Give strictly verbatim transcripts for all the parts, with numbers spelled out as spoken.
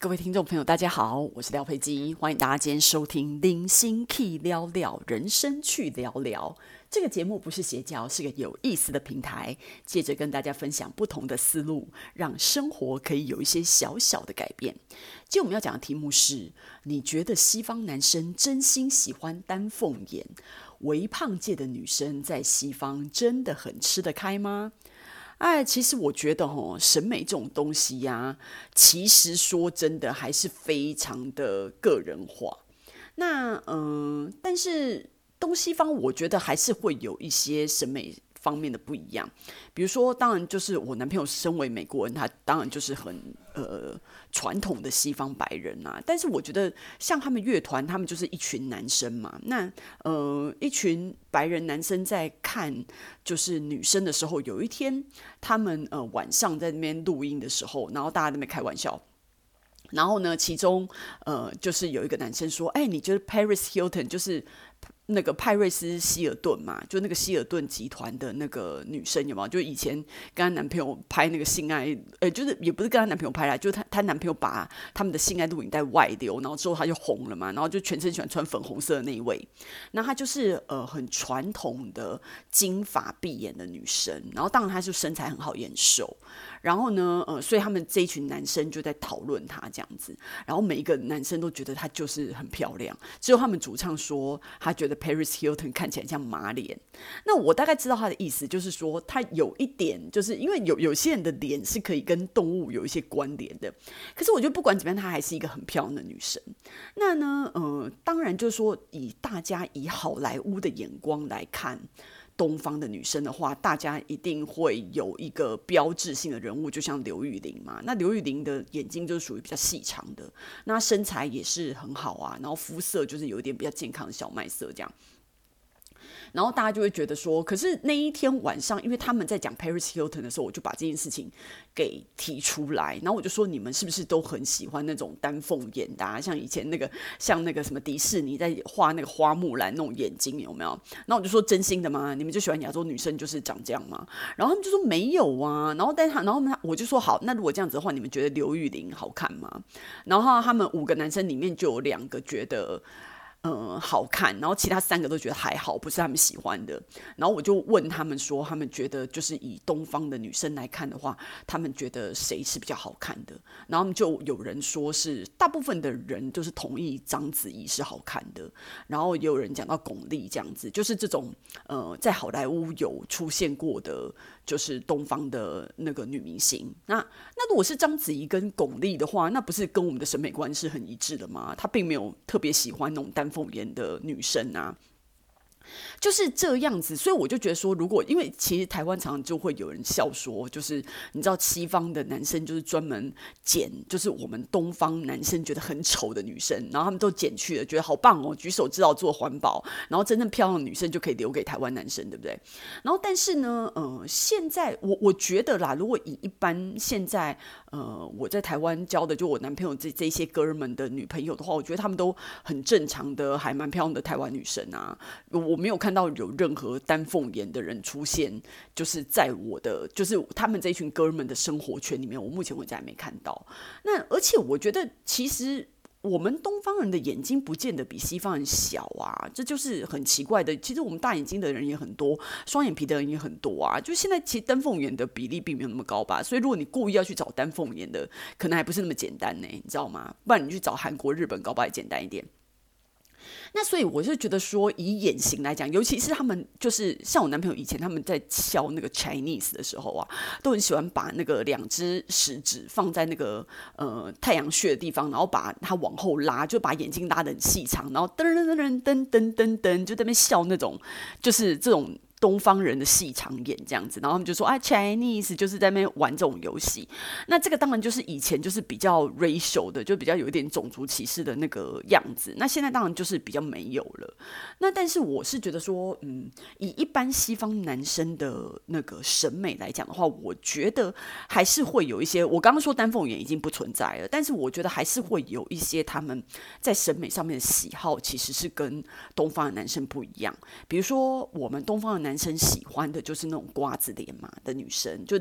各位听众朋友，大家好，我是廖佩基，欢迎大家今天收听零星 Key 聊聊人生去聊聊。这个节目不是邪教，是个有意思的平台，借着跟大家分享不同的思路，让生活可以有一些小小的改变。今天我们要讲的题目是：你觉得西方男生真心喜欢丹凤眼？微胖界的女生在西方真的很吃得开吗？哎，其实我觉得哦，审美这种东西呀、啊，其实说真的还是非常的个人化。那嗯、呃，但是东西方我觉得还是会有一些审美方面的不一样。比如说，当然就是我男朋友身为美国人，他当然就是很呃传统的西方白人啊。但是我觉得像他们乐团，他们就是一群男生嘛。那呃一群白人男生在看就是女生的时候，有一天他们呃晚上在那边录音的时候，然后大家在那边开玩笑。然后呢，其中呃就是有一个男生说：“哎，你觉得 Paris Hilton 就是那个派瑞斯希尔顿嘛？就那个希尔顿集团的那个女生有没有？就以前跟她男朋友拍那个性爱，呃，就是也不是跟她男朋友拍啦，就是她她男朋友把他们的性爱录影带外流，然后之后她就红了嘛，然后就全身喜欢穿粉红色的那一位。那她就是呃很传统的金发碧眼的女生，然后当然她就身材很好，也很瘦。”然后呢，呃，所以他们这一群男生就在讨论她这样子，然后每一个男生都觉得她就是很漂亮，只有他们主唱说他觉得 Paris Hilton 看起来像马脸。那我大概知道他的意思，就是说他有一点，就是因为有有些人的脸是可以跟动物有一些关联的，可是我觉得不管怎么样，她还是一个很漂亮的女生。那呢，呃，当然就是说以大家以好莱坞的眼光来看东方的女生的话，大家一定会有一个标志性的人物，就像刘玉玲嘛。那刘玉玲的眼睛就是属于比较细长的，那身材也是很好啊，然后肤色就是有一点比较健康的小麦色这样。然后大家就会觉得说，可是那一天晚上，因为他们在讲 Paris Hilton 的时候，我就把这件事情给提出来，然后我就说，你们是不是都很喜欢那种丹凤眼的、啊，像以前那个像那个什么迪士尼在画那个花木兰那种眼睛有没有？然后我就说，真心的吗？你们就喜欢亚洲女生就是长这样吗？然后他们就说没有啊。然后但他，然后我就说好，那如果这样子的话，你们觉得刘玉玲好看吗？然后他们五个男生里面就有两个觉得。嗯，好看，然后其他三个都觉得还好，不是他们喜欢的。然后我就问他们说，他们觉得就是以东方的女生来看的话，他们觉得谁是比较好看的？然后他们就有人说是大部分的人就是同意章子怡是好看的，然后也有人讲到巩俐这样子，就是这种呃在好莱坞有出现过的，就是东方的那个女明星。那那如果是章子怡跟巩俐的话，那不是跟我们的审美观是很一致的吗？她并没有特别喜欢那种单凤眼的女生啊，就是这样子。所以我就觉得说，如果因为其实台湾常常就会有人笑说，就是你知道西方的男生就是专门剪，就是我们东方男生觉得很丑的女生，然后他们都剪去了，觉得好棒哦，举手之劳做环保，然后真正漂亮的女生就可以留给台湾男生，对不对？然后但是呢，呃，现在我我觉得啦，如果以一般现在呃我在台湾交的就我男朋友这这些哥们的女朋友的话，我觉得他们都很正常的，还蛮漂亮的台湾女生啊。我没有看到有任何丹凤眼的人出现，就是在我的就是他们这一群哥们的生活圈里面，我目前为止还没看到。那而且我觉得其实。我们东方人的眼睛不见得比西方人小啊，这就是很奇怪的。其实我们大眼睛的人也很多，双眼皮的人也很多啊。就现在其实丹凤眼的比例并没有那么高吧，所以如果你故意要去找丹凤眼的，可能还不是那么简单呢，你知道吗？不然你去找韩国、日本，搞不好还简单一点。那所以我是觉得说，以眼型来讲，尤其是他们就是像我男朋友以前他们在敲那个 Chinese 的时候啊，都很喜欢把那个两只食指放在那个呃太阳穴的地方，然后把它往后拉，就把眼睛拉得很细长，然后噔噔噔噔噔噔噔，就在那边笑那种，就是这种。东方人的细长眼这样子，然后他们就说啊 Chinese 就是在那边玩这种游戏。那这个当然就是以前就是比较 racial 的，就比较有一点种族歧视的那个样子。那现在当然就是比较没有了。那但是我是觉得说，嗯，以一般西方男生的那个审美来讲的话，我觉得还是会有一些。我刚刚说丹凤眼已经不存在了，但是我觉得还是会有一些他们在审美上面的喜好，其实是跟东方的男生不一样。比如说，我们东方的男生喜欢的就是那种瓜子脸嘛的女生，就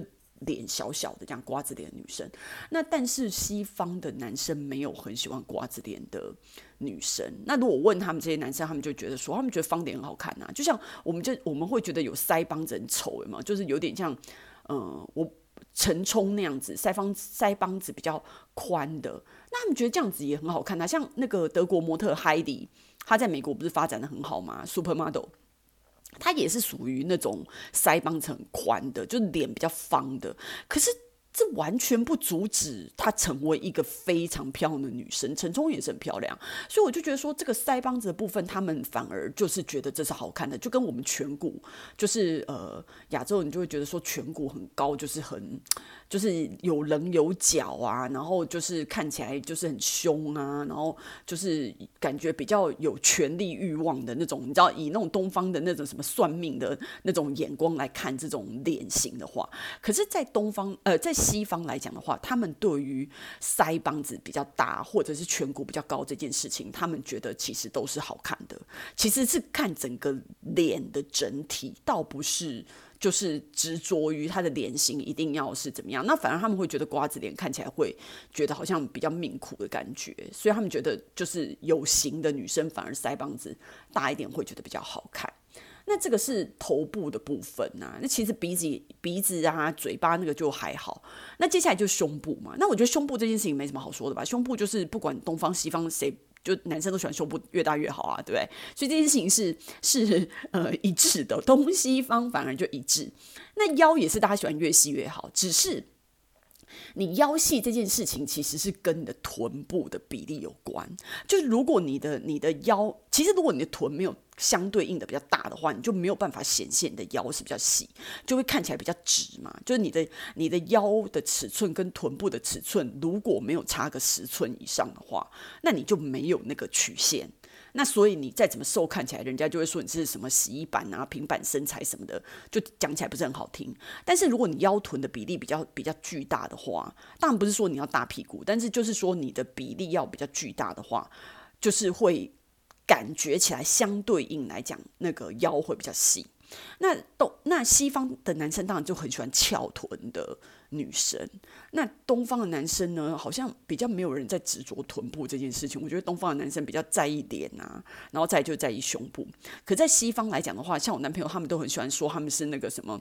脸小小的这样瓜子脸的女生。那但是西方的男生没有很喜欢瓜子脸的女生。那如果问他们这些男生，他们就觉得说，他们觉得方脸很好看啊，就像我们就我们会觉得有腮帮子很丑，有没有？就是有点像，呃，我陈冲那样子，腮帮腮帮子比较宽的，那他们觉得这样子也很好看啊。像那个德国模特 Heidi， 她在美国不是发展的很好吗 ？Supermodel。她也是属于那种腮帮子很宽的，就是脸比较方的，可是这完全不阻止她成为一个非常漂亮的女生。陈冲也是很漂亮，所以我就觉得说，这个腮帮子的部分，他们反而就是觉得这是好看的，就跟我们颧骨，就是呃亚洲人就会觉得说颧骨很高，就是很就是有棱有角啊，然后就是看起来就是很凶啊，然后就是感觉比较有权力欲望的那种，你知道，以那种东方的那种什么算命的那种眼光来看这种脸型的话，可是，在东方呃在西方来讲的话，他们对于腮帮子比较大或者是颧骨比较高这件事情，他们觉得其实都是好看的，其实是看整个脸的整体，倒不是就是执着于他的脸型一定要是怎么样。那反而他们会觉得瓜子脸看起来会觉得好像比较命苦的感觉，所以他们觉得就是有型的女生反而腮帮子大一点会觉得比较好看。那这个是头部的部分啊，那其实鼻子鼻子啊、嘴巴那个就还好。那接下来就是胸部嘛。那我觉得胸部这件事情没什么好说的吧，胸部就是不管东方西方谁。就男生都喜欢胸部越大越好啊，对不对？所以这件事情是是呃一致的，东西方反而就一致。那腰也是大家喜欢越细越好，只是你腰细这件事情其实是跟你的臀部的比例有关。就是如果你的你的腰，其实如果你的臀没有相对应的比较大的话，你就没有办法显现你的腰是比较细，就会看起来比较直嘛。就是你的你的腰的尺寸跟臀部的尺寸如果没有差个十寸以上的话，那你就没有那个曲线。那所以你再怎么瘦，看起来人家就会说你是什么洗衣板啊、平板身材什么的，就讲起来不是很好听。但是如果你腰臀的比例比较比较巨大的话，当然不是说你要大屁股，但是就是说你的比例要比较巨大的话，就是会感觉起来相对应来讲，那个腰会比较细。那东那西方的男生当然就很喜欢翘臀的女生，那东方的男生呢，好像比较没有人在执着臀部这件事情。我觉得东方的男生比较在意脸啊，然后再就在意胸部。可在西方来讲的话，像我男朋友他们都很喜欢说他们是那个什么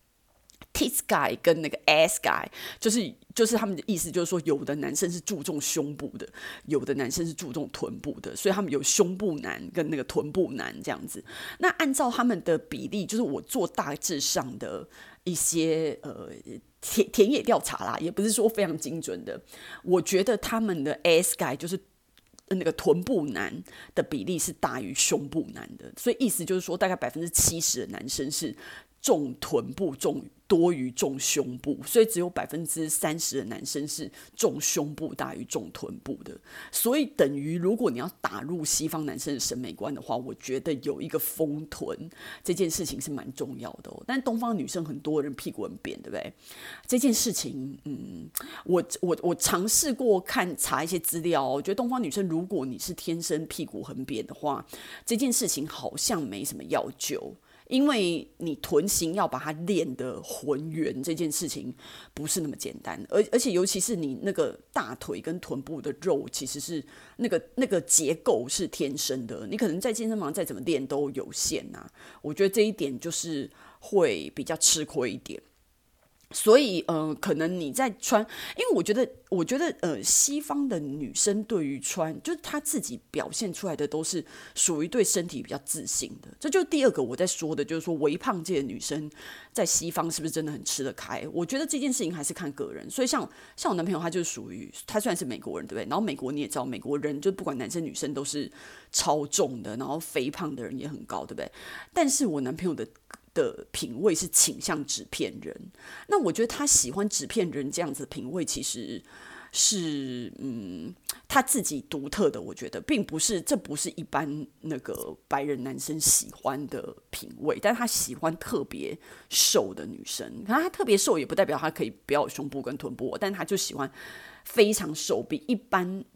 tits guy 跟那个 ass guy， 就是就是他们的意思就是说，有的男生是注重胸部的，有的男生是注重臀部的，所以他们有胸部男跟那个臀部男这样子。那按照他们的比例，就是我做大致上的一些呃田田野调查啦，也不是说非常精准的。我觉得他们的 ass guy 就是那个臀部男的比例是大于胸部男的，所以意思就是说，大概百分之七十的男生是重臀部重多于重胸部，所以只有百分之三十的男生是重胸部大于重臀部的。所以等于如果你要打入西方男生的审美观的话，我觉得有一个丰臀这件事情是蛮重要的哦。但东方女生很多人屁股很扁，对不对？这件事情，嗯，我我我尝试过看查一些资料哦，我觉得东方女生如果你是天生屁股很扁的话，这件事情好像没什么要救。因为你臀型要把它练得浑圆这件事情不是那么简单，而而且尤其是你那个大腿跟臀部的肉，其实是那个那个结构是天生的，你可能在健身房再怎么练都有限啊。我觉得这一点就是会比较吃亏一点。所以，呃，可能你在穿，因为我觉得，我觉得，呃，西方的女生对于穿，就是她自己表现出来的都是属于对身体比较自信的。这就是第二个我在说的，就是说微胖界的女生在西方是不是真的很吃得开？我觉得这件事情还是看个人。所以像像我男朋友，他就是属于他虽然是美国人，对不对？然后美国你也知道，美国人就不管男生女生都是超重的，然后肥胖的人也很高，对不对？但是我男朋友的。的品味是倾向纸片人，那我觉得他喜欢纸片人这样子的品味，其实是嗯他自己独特的。我觉得并不是，这不是一般那个白人男生喜欢的品味，但他喜欢特别瘦的女生。可是他特别瘦也不代表他可以不要有胸部跟臀部，但他就喜欢非常瘦，比一般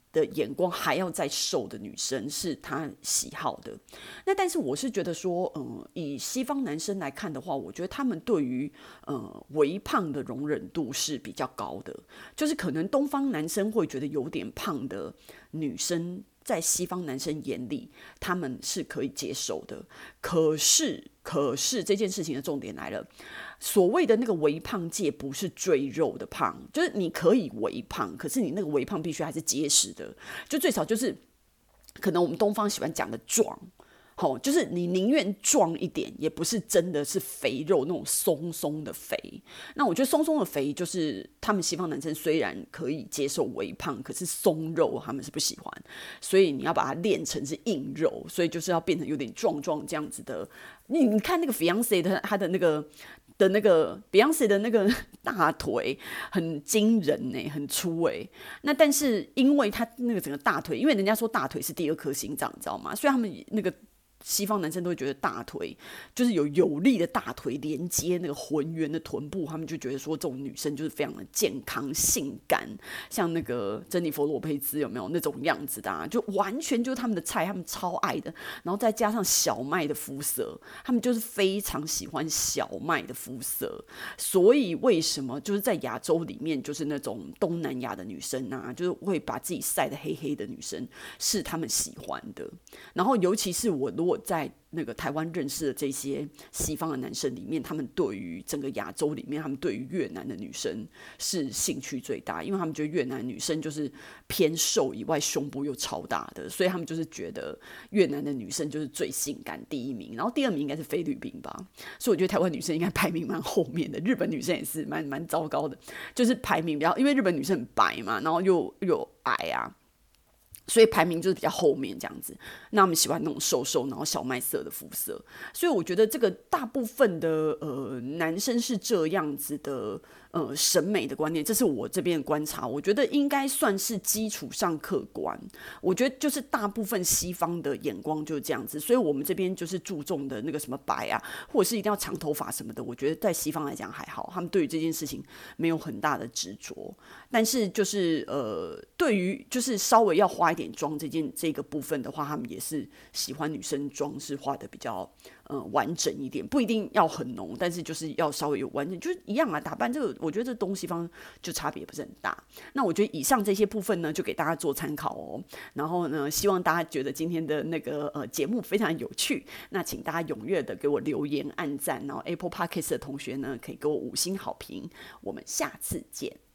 的眼光还要再瘦的女生是他喜好的。那但是我是觉得说，嗯，以西方男生来看的话，我觉得他们对于呃微胖的容忍度是比较高的，就是可能东方男生会觉得有点胖的女生，在西方男生眼里他们是可以接受的。可是可是这件事情的重点来了，所谓的那个微胖界不是赘肉的胖，就是你可以微胖，可是你那个微胖必须还是结实的，就最少就是可能我们东方喜欢讲的壮，好，就是你宁愿壮一点，也不是真的是肥肉那种松松的肥。那我觉得松松的肥，就是他们西方男生虽然可以接受微胖，可是松肉他们是不喜欢，所以你要把它练成是硬肉，所以就是要变成有点壮壮这样子的。你你看那个 Fiance 的他的那个。的那个 Beyonce 的那个大腿很惊人呢、欸，很粗哎、欸。那但是因为他那个整个大腿，因为人家说大腿是第二颗心脏，你知道吗？所以他们那个西方男生都会觉得大腿就是有有力的大腿连接那个浑圆的臀部，他们就觉得说这种女生就是非常的健康性感，像那个珍妮佛罗佩兹有没有那种样子的、啊，就完全就是他们的菜，他们超爱的。然后再加上小麦的肤色，他们就是非常喜欢小麦的肤色。所以为什么就是在亚洲里面，就是那种东南亚的女生啊，就是会把自己晒得黑黑的女生是他们喜欢的。然后尤其是我如果在那个台湾认识的这些西方的男生里面，他们对于整个亚洲里面，他们对于越南的女生是兴趣最大，因为他们觉得越南女生就是偏瘦以外，胸部又超大的，所以他们就是觉得越南的女生就是最性感第一名，然后第二名应该是菲律宾吧，所以我觉得台湾女生应该排名蛮后面的，日本女生也是蛮蛮糟糕的，就是排名比较，因为日本女生很白嘛，然后又又矮啊。所以排名就是比较后面这样子，那我们喜欢那种瘦瘦然后小麦色的肤色，所以我觉得这个大部分的呃男生是这样子的呃审美的观念，这是我这边的观察，我觉得应该算是基础上客观。我觉得就是大部分西方的眼光就是这样子，所以我们这边就是注重的那个什么白啊，或者是一定要长头发什么的，我觉得在西方来讲还好，他们对于这件事情没有很大的执着。但是就是呃，对于就是稍微要花一点妆这件这个部分的话，他们也是喜欢女生妆是画的比较呃完整一点，不一定要很浓，但是就是要稍微有完整，就是一样啊。打扮这个，我觉得这东西方就差别不是很大。那我觉得以上这些部分呢，就给大家做参考哦。然后呢，希望大家觉得今天的那个呃节目非常有趣，那请大家踊跃的给我留言、按赞，然后 Apple Podcast 的同学呢，可以给我五星好评。我们下次见。